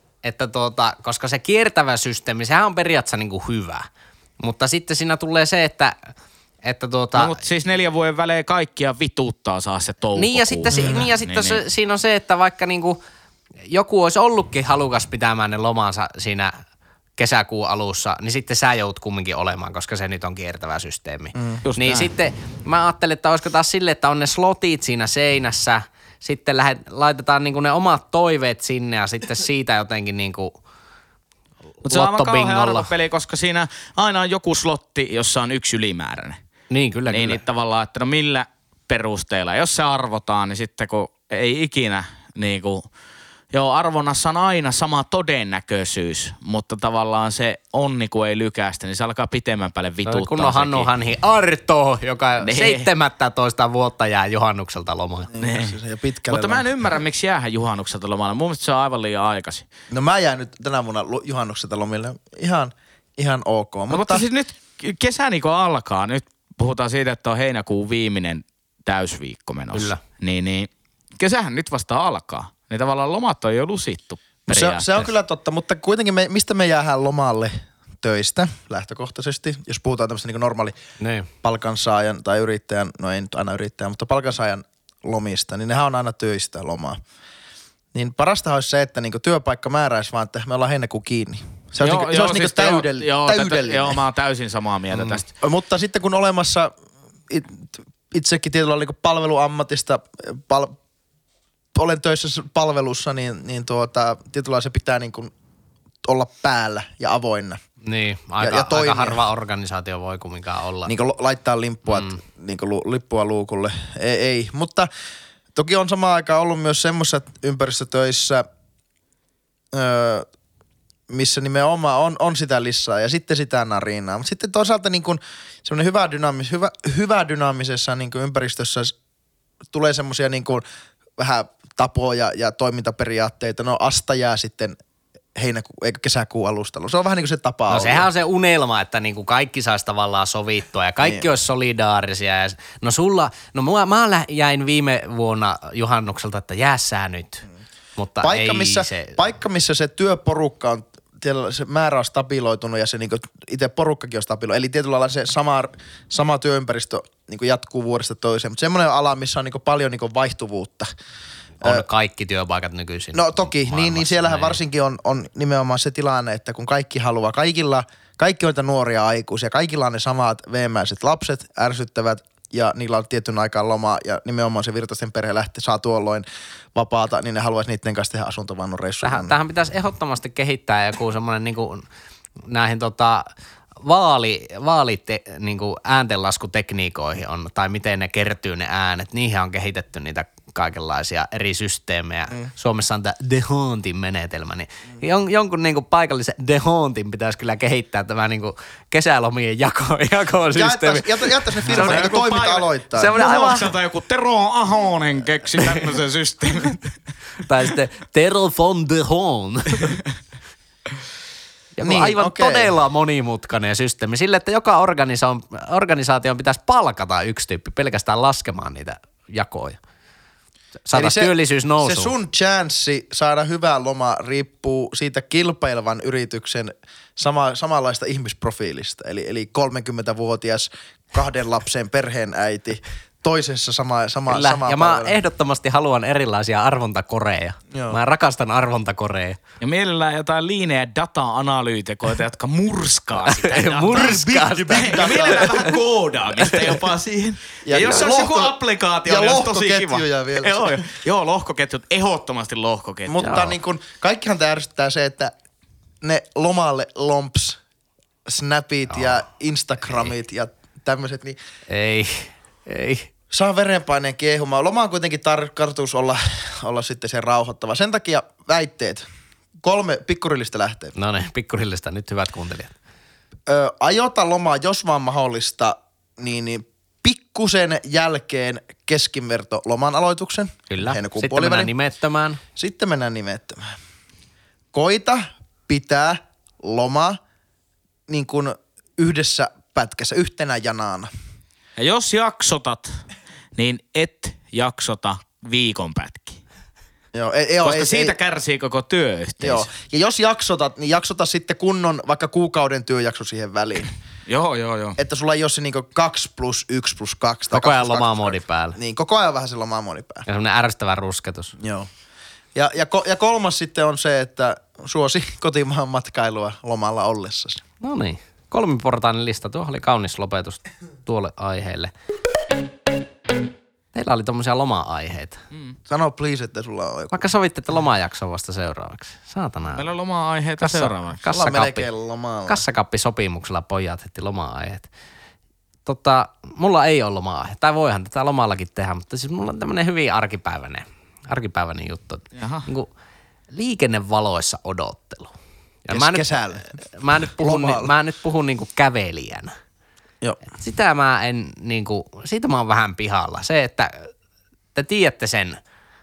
koska se kiertävä systeemi, sehän on periaatteessa hyvä. Mutta sitten siinä tulee se, että No mutta siis 4 vuoden välein kaikkia vituuttaa saa se toukokuu. Niin ja sitten siinä on se, että vaikka joku olisi ollutkin halukas pitämään ne lomansa siinä kesäkuun alussa, niin sitten sä joudut kumminkin olemaan, koska se nyt on kiertävä systeemi. Niin näin. Sitten mä ajattelin, että olisiko taas sille, että on ne slotit siinä seinässä, sitten laitetaan ne omat toiveet sinne ja sitten siitä jotenkin mutta se on aivan kauhean arvopeli, koska siinä aina on joku slotti, jossa on 1 ylimääräinen. Niin, kyllä. Niin tavallaan, että no millä perusteella. Jos se arvotaan, niin sitten kun ei ikinä arvonnassa on aina sama todennäköisyys, mutta tavallaan se onni, kun ei lykästä, niin se alkaa pitemmän päälle vituttaa. Kun on Hannu Hanhi Arto, joka 17 vuotta jää juhannukselta lomalle. Mutta mä en ymmärrä, miksi jäähän juhannukselta lomalle. Mun mielestä se on aivan liian aikaisin. No mä jään nyt tänä vuonna juhannukselta lomille ihan ok. Mutta siis kesä niin alkaa. Nyt puhutaan siitä, että on heinäkuun viimeinen täysviikko menossa. Kyllä. Niin kesähän nyt vasta alkaa. Niin tavallaan lomat on jo lusittu. Se on kyllä totta, mutta kuitenkin mistä me jäädään lomalle töistä lähtökohtaisesti, jos puhutaan tämmöistä niin normaali palkansaajan tai yrittäjän, no ei nyt aina yrittäjän, mutta palkansaajan lomista, niin nehän on aina töistä lomaa. Niin parasta olisi se, että niinku työpaikka määräisi vaan, että me ollaan heinäkuun kiinni. Se olisi siis täydellinen. Joo, mä oon täysin samaa mieltä tästä. Mutta sitten kun olemassa itsekin tietyllä niin palveluammatista, olen töissä palvelussa, niin tietyllä se pitää niin kuin olla päällä ja avoinna. Niin, aika harva organisaatio voi kumminkaan olla. Niin kuin laittaa lippua luukulle. Ei, mutta toki on samaan aikaan ollut myös semmoisessa ympäristötöissä, missä nimenomaan on sitä lisää ja sitten sitä narinaa. Mutta sitten toisaalta niin kuin semmoinen hyvä dynaamisessa niin kuin ympäristössä tulee semmoisia niin kuin vähän tapoja ja toimintaperiaatteita. No asta jää sitten kesäkuun alustalla. Se on vähän niin kuin se tapa olla. Sehän on se unelma, että niin kuin kaikki saisi tavallaan sovittua ja kaikki olisi solidaarisia. Ja mä jäin viime vuonna juhannukselta, että jää sää nyt. Mutta paikka, missä se työporukka on, se määrä on stabiloitunut ja se niinku itse porukkakin on stabiloitunut. Eli tietyllä lailla se sama työympäristö niinku jatkuu vuodesta toiseen. Mutta semmoinen ala, missä on niinku paljon niinku vaihtuvuutta. On kaikki työpaikat nykyisin. No toki, niin siellähän varsinkin on nimenomaan se tilanne, että kun kaikki haluaa, kaikki on nuoria aikuisia, kaikilla on ne samat veemäiset lapset, ärsyttävät ja niillä on tietyn aikaan lomaa ja nimenomaan se Virtasten perhe saa tuolloin vapaata, niin ne haluaisi niiden kanssa tehdä asuntovannon reissuja. Tähän pitäisi ehdottomasti kehittää joku semmoinen niinku näihin niinku ääntenlaskutekniikoihin on, tai miten ne kertyy ne äänet, niihin on kehitetty niitä kaikenlaisia eri systeemejä. Suomessa on tämä The Hauntin menetelmä, niin jonkun niinku paikallisen The Hauntin pitäisi kyllä kehittää tämä niinku kesälomien jakosysteemi. Jättäisi ne firmat, jotka toiminta aloittaa. Juokselta joku Tero Ahonen keksi tämmöisen systeemin. Tai sitten Tero von the Horn. Aivan todella monimutkainen systeemi. Sille, että joka organisaation pitäisi palkata yksi tyyppi pelkästään laskemaan niitä jakoja. Saada työllisyys nousuun. Se sun chanssi saada hyvää lomaa riippuu siitä kilpailevan yrityksen samanlaista ihmisprofiilista. Eli 30-vuotias 2 lapsen perheenäiti toisessa sama ja mä ehdottomasti haluan erilaisia arvontakoreja. Joo. Mä rakastan arvontakoreja. Ja mielellään jotain liineä data-analyytikoita, jotka murskaa sitä dataa. Murskaa sitä. Ja mielellään vähän koodaamista jopa siihen. Ja jos olisi joku applikaatio, niin olisi tosi kiva. Vielä. Joo, lohkoketjut, ehdottomasti lohkoketjut. Mutta niin kun, kaikkihan ärsyttää se, että ne lomalle lomps, snapit ja Instagramit ja tämmöiset, niin Ei. Saa verenpaineen kiehumaan. Loma on kuitenkin tarkoitus olla sitten se rauhoittava. Sen takia väitteet. 3 pikkurillista lähtee. No niin, pikkurillista nyt hyvät kuuntelijat. Ajoita lomaa, jos vaan mahdollista, niin pikkusen jälkeen keskiverto loman aloituksen. Kyllä, sitten mennään nimettömään. Koita pitää loma niin kuin yhdessä pätkässä, yhtenä janana. Ja jos jaksotat, niin et jaksota viikon pätkiä. Koska siitä kärsii koko työyhteisö. Joo. Ja jos jaksotat, niin jaksota sitten kunnon vaikka kuukauden työjakso siihen väliin. Joo. Että sulla ei ole se niinku 2+1+2. Koko ajan lomamoodi päällä. Niin, koko ajan vähän se lomamoodi päällä. Ja semmoinen ärsyttävä rusketus. Joo. Ja 3 sitten on se, että suosi kotimaan matkailua lomalla ollessasi. No niin. 3-portainen lista. Tuo oli kaunis lopetus tuolle aiheelle. Teillä oli tommosia loma-aiheita. Sano please, että sulla on joku. Vaikka sovitte, että lomajakso on vasta seuraavaksi. Saatana. Meillä on loma-aiheita seuraavaksi. Kassakappisopimuksella pojat heti loma-aiheet. Mulla ei ole loma-aihe. Tai voihan tätä lomallakin tehdä, mutta siis mulla on tämmönen hyvin arkipäiväinen juttu. Niin liikennevaloissa odottelu. Ja mä nyt puhun niinku kävelijänä. Joo. Siitä mä oon vähän pihalla. Se, että te tiedätte sen.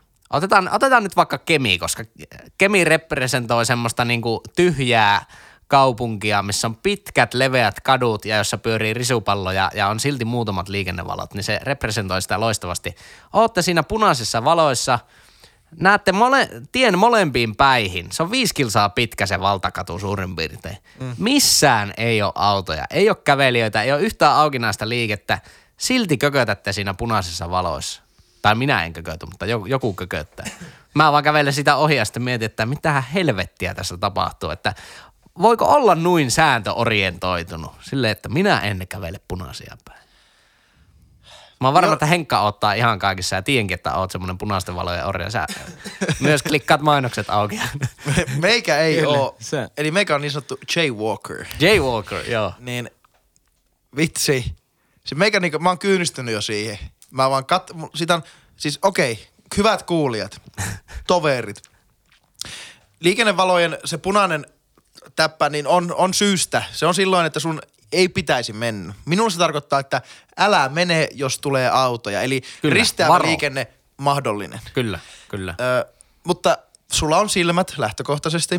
Otetaan nyt vaikka Kemi, koska Kemi representoi semmoista niinku tyhjää kaupunkia, missä on pitkät, leveät kadut ja jossa pyörii risupalloja ja on silti muutamat liikennevalot, niin se representoi sitä loistavasti. Ootte siinä punaisissa valoissa, näette tien molempiin päihin. Se on 5 kilsaa pitkä se valtakatu suurin piirtein. Missään ei ole autoja, ei ole kävelijöitä, ei ole yhtään aukinaista liikettä. Silti kökötätte siinä punaisissa valoissa. Tai minä en kököty, mutta joku kököttää. Mä vaan kävelen sitä ohi ja sitten mietin, että mitähän helvettiä tässä tapahtuu. Että voiko olla noin sääntöorientoitunut silleen, että minä en kävele punaisia päin. Mä oon varma, että Henkka ottaa ihan kaikissa ja tiedänkin, että oot semmonen punaisten valojen orja. Sä myös klikkaat mainokset auki. Meikä ei Kyllä, oo. se. Eli meikä on niin sanottu jaywalker. Jaywalker, joo. Niin vitsi. Se meikä niinku, mä oon kyynistynyt jo siihen. Mä vaan siis okei, hyvät kuulijat, toverit. Liikennevalojen se punainen täppä niin on syystä. Se on silloin, että sun ei pitäisi mennä. Minulla se tarkoittaa, että älä mene, jos tulee autoja. Eli risteävä liikenne mahdollinen. Kyllä. Mutta sulla on silmät lähtökohtaisesti,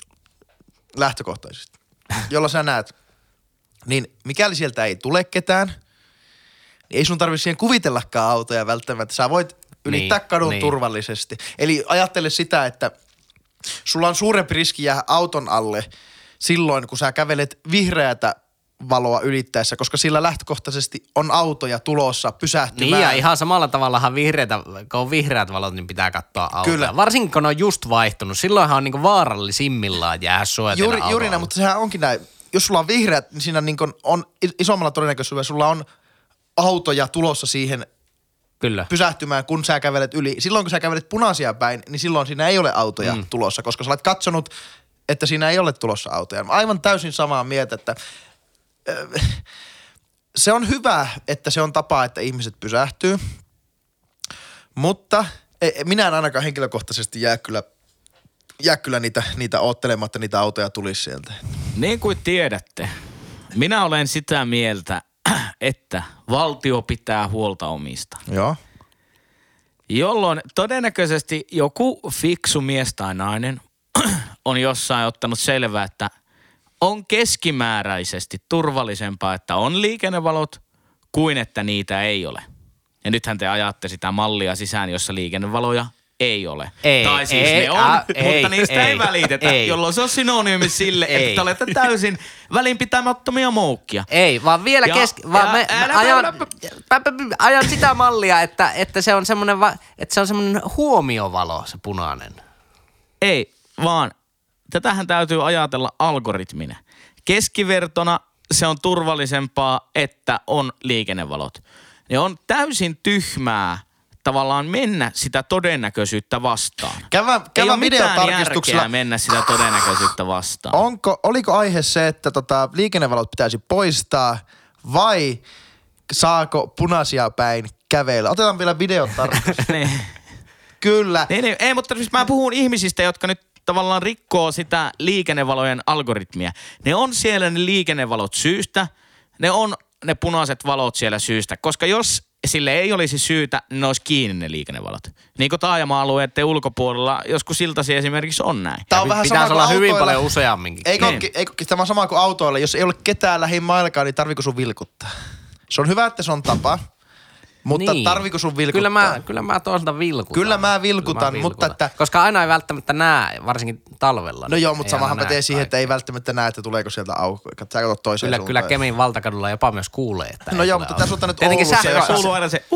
jolla sä näet. Niin mikäli sieltä ei tule ketään, niin ei sun tarvitse siihen kuvitellakaan autoja välttämättä. Sä voit ylittää kadun turvallisesti. Eli ajattele sitä, että sulla on suurempi riski jäädä auton alle silloin, kun sä kävelet vihreätä valoa ylittäessä, koska sillä lähtökohtaisesti on autoja tulossa pysähtymään. Niin ja ihan samalla tavallahan kun on vihreät valot, niin pitää katsoa autoja. Kyllä. Varsinkin kun ne on just vaihtunut. Silloinhan on niinku vaarallisimmillaan jää suojatella autoa. Juuri näin, mutta sehän onkin näin. Jos sulla on vihreät, niin siinä niinku on isommalla todennäköisyydellä sulla on autoja tulossa siihen pysähtymään, kun sä kävelet yli. Silloin kun sä kävelet punaisia päin, niin silloin siinä ei ole autoja tulossa, koska sä olet katsonut, että siinä ei ole tulossa autoja. Aivan täysin samaa mieltä, että se on hyvä, että se on tapa, että ihmiset pysähtyy, mutta minä en ainakaan henkilökohtaisesti jää kyllä niitä oottelematta, niitä autoja tulisi sieltä. Niin kuin tiedätte, minä olen sitä mieltä, että valtio pitää huolta omista. Joo. Jolloin todennäköisesti joku fiksu mies tai nainen on jossain ottanut selvää, että on keskimääräisesti turvallisempaa, että on liikennevalot kuin että niitä ei ole. Ja nythän te ajatte sitä mallia sisään, jossa liikennevaloja ei ole. Tai siis ne on, mutta niistä ei välitetä, jolloin se on synonyymi sille, että te olette täysin välinpitämättömiä moukkia. Ei, vaan vielä ajan sitä mallia, että se on semmoinen huomiovalo, se punainen. Ei, vaan tätähän täytyy ajatella algoritmina. Keskivertona se on turvallisempaa, että on liikennevalot. Ja on täysin tyhmää tavallaan mennä sitä todennäköisyyttä vastaan. Kävä videotarkistuksella mennä sitä todennäköisyyttä vastaan. Oliko aihe se, että liikennevalot pitäisi poistaa vai saako punaisia päin kävellä? Otetaan vielä videotarkistus. Kyllä. Ei, mutta siis mä puhun ihmisistä, jotka nyt tavallaan rikkoo sitä liikennevalojen algoritmia. Ne on siellä ne liikennevalot syystä, ne on ne punaiset valot siellä syystä, koska jos sille ei olisi syytä, niin ne olisi kiinni ne liikennevalot. Niin kuin taajama-alueiden ulkopuolella joskus siltaisia esimerkiksi on näin. Tämä on vähän sama kuin olla autoilla. hyvin paljon useamminkin. Eikö tämä on sama kuin autoilla. Jos ei ole ketään lähimaillakaan, niin tarviiko sun vilkuttaa? Se on hyvä, että se on tapa. Mutta tarviiko sun vilkuttaa? Kyllä mä toisaalta vilkutan. Kyllä mä vilkutan, mutta että... Koska aina ei välttämättä näe, varsinkin talvella. No joo, mutta samahan pätee siihen, että ei välttämättä näe, että tuleeko sieltä aukko. Sä katsot toiseen suuntaan. Kyllä Kemin valtakadulla jopa myös kuulee, että no joo, mutta tässä on nyt Oulussa. Tietenkin kuuluu aina se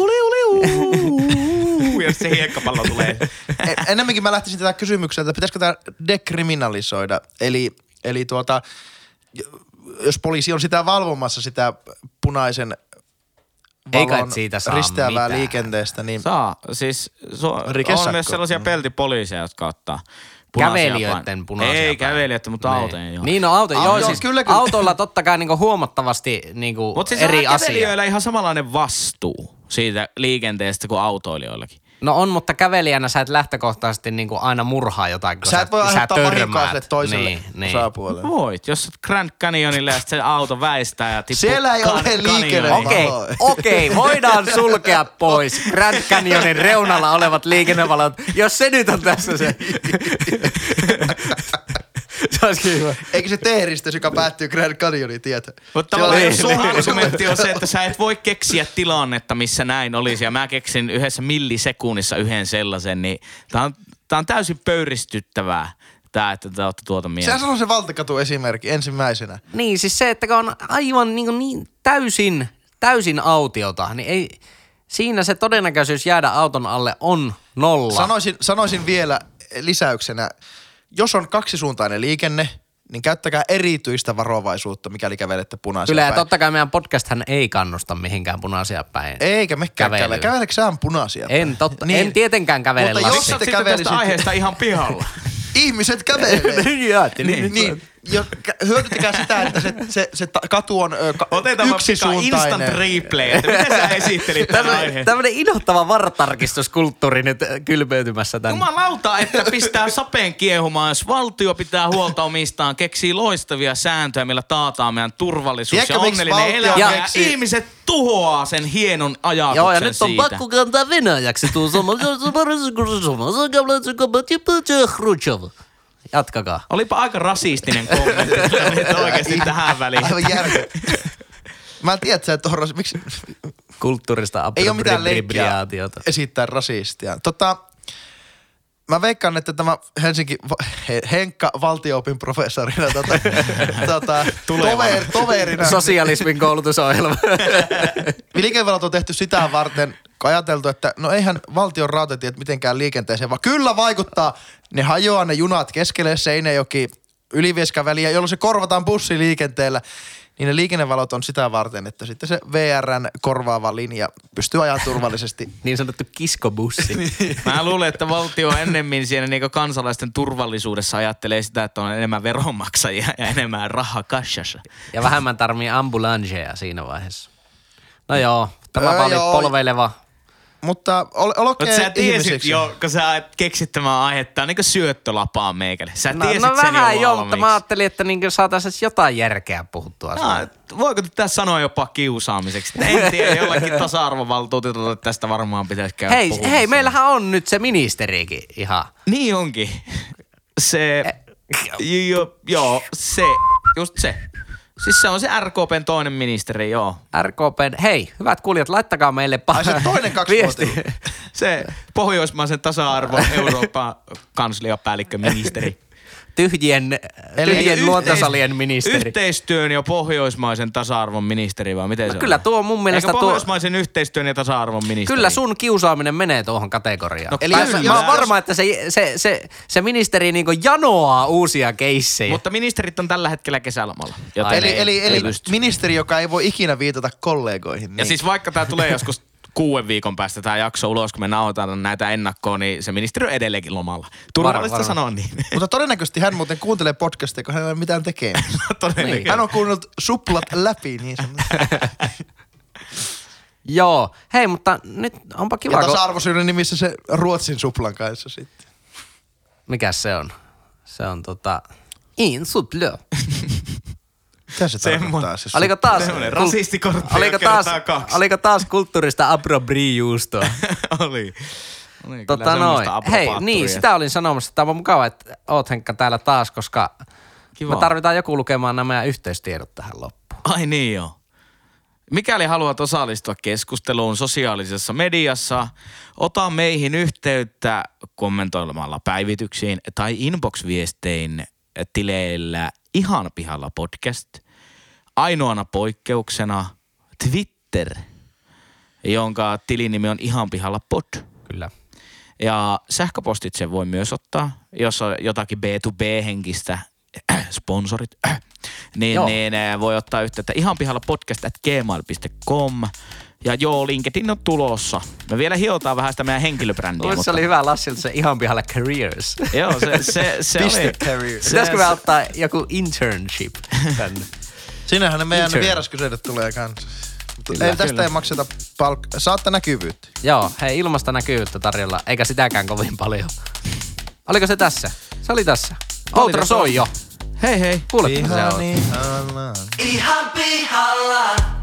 ja se hiekkapallo tulee. Ennemminkin mä lähtisin tätä kysymykseltä, että pitäisikö tämä dekriminalisoida. Eli jos poliisi on sitä valvomassa, sitä punaisen valon risteävää liikenteestä, niin... Saa. Siis on myös sellaisia peltipoliiseja, jotka ottaa kävelijöiden punaisia Ei kävelijöiden, mutta autojen joo. Niin no autojen, joo. Siis kyllä. Autoilla totta kai niinku huomattavasti niinku siis eri asia. Kävelijöillä ihan samanlainen vastuu siitä liikenteestä kuin autoilijoillakin. No on, mutta kävelijänä sä et lähtökohtaisesti niinku aina murhaa jotain, kun sä et voi aiheuttaa vahinkoa sille toiselle osapuolelle. Voit, jos oot Grand Canyonille ja sitten se auto väistää ja tippuu. Siellä ei ole liikennevaloja. Okei, voidaan sulkea pois Grand Canyonin reunalla olevat liikennevalot, jos se nyt on tässä se. Olisikin hyvä. Eikä se T-ristys, joka päättyy Grand Canyoniin, tietä. Mutta tavallaan sun argumentti on se, että sä et voi keksiä tilannetta, missä näin olisi. Ja mä keksin yhdessä millisekunnissa yhden sellaisen, niin tää on täysin pöyristyttävää. Että te olette tuota mieltä. Sehän sanoo se valtakatu-esimerkki ensimmäisenä. Niin, siis se, että kun on aivan niin täysin autiota, niin ei, siinä se todennäköisyys jäädä auton alle on 0. Sanoisin vielä lisäyksenä, jos on kaksisuuntainen liikenne, niin käyttäkää erityistä varovaisuutta, mikäli kävelette punaisia Kyllä, ja päin. totta kai meidän podcasthän ei kannusta mihinkään punaisia päin. Eikä mekään Kävelyä. käveleekö sä punaisia päin? En tietenkään kävele Mutta jos Lassi. te Sitten tästä kävelisitte- aiheesta ihan pihalla. Ihmiset kävelee. niin. Hyödyttäkää sitä, että se katu on Otetaan vaan instant yksisuuntainen. replay, että miten sä esittelit tämän aiheen? Tämmönen inhottava VAR-tarkistuskulttuuri nyt kylpeytymässä tänne. Jumalauta, että pistää sapeen kiehumaan, jos valtio pitää huolta omistaan, keksii loistavia sääntöjä, millä taataan meidän turvallisuus Tiedätkö, ja miksi onnellinen valtio elämä. Ja keksii- ihmiset tuhoaa sen hienon ajatuksen Joo, ja nyt on siitä. pakko kantaa venäjäksi tuo sama. Jatkakaa. Olipa aika rasistinen kommentti, että oikeasti tähän väliin. Aivan järkeä. Mä en tiedä, että sä et ole miksi Kulttuurista ei ole mitään leikkiä appropriaatiota. esittää rasistia. Mä veikkaan, että tämä Henkka valtio-opin professorina toverina. Sosialismin koulutusohjelma. Liikennevalot on tehty sitä varten, kun ajateltu, että no eihän valtion rautatiet mitenkään liikenteeseen, vaan kyllä vaikuttaa. Ne hajoaa ne junat keskelle Seinäjoki Ylivieskä-väliä, jolloin se korvataan bussiliikenteellä. Niin ne liikennevalot on sitä varten, että sitten se VR:n korvaava linja pystyy ajaa turvallisesti. Niin sanottu kiskobussi. Mä luulen, että valtio ennemmin siinä niinku kansalaisten turvallisuudessa ajattelee sitä, että on enemmän veronmaksajia ja enemmän rahaa kassassa. Ja vähemmän tarvii ambulanceja siinä vaiheessa. No joo, tämä oli joo. polveileva. Mutta Mutta olokee sä tiesit ihmisiksi. jo, kun sä keksit tämän aihetta, niin kuin syöttölapaa meikälle. Sä tiesit No sen vähän jo joo, valmiiksi. mutta mä ajattelin, että niin saataisiin jotain järkeä puhuttua. Voiko tässä sanoa jopa kiusaamiseksi? En tiedä, jollakin tasa-arvovaltuutetulla tästä varmaan pitäisi käydä puhumassa. Hei, meillähän on nyt se ministerikin ihan. Niin onkin. Se, joo, just se. Siis se on se RKPn toinen ministeri, joo. RKPn, hei, hyvät kuulijat, laittakaa meille Ai se toinen kaksivuotinen. viesti. Se pohjoismaisen tasa-arvon Euroopan kansliapäällikköministeri. Tyhjien luontosalien ministeri. Yhteistyön ja pohjoismaisen tasa-arvon ministeri, vai miten se Kyllä on? tuo mun mielestä Eikö pohjoismaisen yhteistyön ja tasa-arvon ministeri? Kyllä sun kiusaaminen menee tuohon kategoriaan. No Eli kyllä. Mä oon varma, että se ministeri niinku janoaa uusia keissejä. Mutta ministerit on tällä hetkellä kesälomalla. Joten Eli pysty. ministeri, joka ei voi ikinä viitata kollegoihin. Ja Niin. siis vaikka tää tulee joskus 6 viikon päästä tää jakso ulos, kun me nauhoitetaan näitä ennakkoon, niin se ministeri on edelleenkin lomalla. Turvallista Varma. sanoa niin. Mutta todennäköisesti hän muuten kuuntelee podcastia, kun hän ei ole mitään tekemistä. Todennäköisesti. Hän on kuunnellut suplat läpi niin sanotusti. Joo, hei, mutta nyt onpa kiva, Ja kun... tasa-arvoisuuden nimissä se Ruotsin suplan kanssa sitten. Mikäs se on? Se on insuplö. Mitä se tarkoittaa? Se Oliko taas... Semmoinen rasistikortti kertaa 2. Oliko taas kulttuurista aprobriuustoa? Oli. Kyllä semmoista Hei, apropaattoria. niin, sitä olin sanomassa. Tämä on mukava, että oot Henkka täällä taas, koska Kiva. me tarvitaan joku lukemaan nämä meidän yhteystiedot tähän loppuun. Ai niin joo. Mikäli haluat osallistua keskusteluun sosiaalisessa mediassa, ota meihin yhteyttä kommentoimalla päivityksiin tai inbox-viestein tileillä Ihan pihalla podcast. Ainoana poikkeuksena Twitter, jonka tilinimi on Ihan pihalla pod. Kyllä. Ja sähköpostitse voi myös ottaa, jos on jotakin B2B-henkistä sponsorit, niin voi ottaa yhteyttä ihan pihalla podcast@gmail.com. Ja joo, LinkedIn on tulossa. Me vielä hiotaan vähän sitä meidän henkilöbrändiä. Se oli hyvä Lassilta se Ihan pihalla careers. Joo, se oli. Pitäisikö me ottaa joku internship tänne? Sinähän ne meidän Intern. vieraskyselyt tulee kanssa. Kyllä, Ei tästä kyllä. ei makseta saatte näkyvyyttä. Joo, hei, ilmasta näkyvyyttä tarjolla, eikä sitäkään kovin paljon. Oliko se tässä? Se oli tässä. Outro soi jo. Hei hei. Kuuletko se on? Ihan pihalla.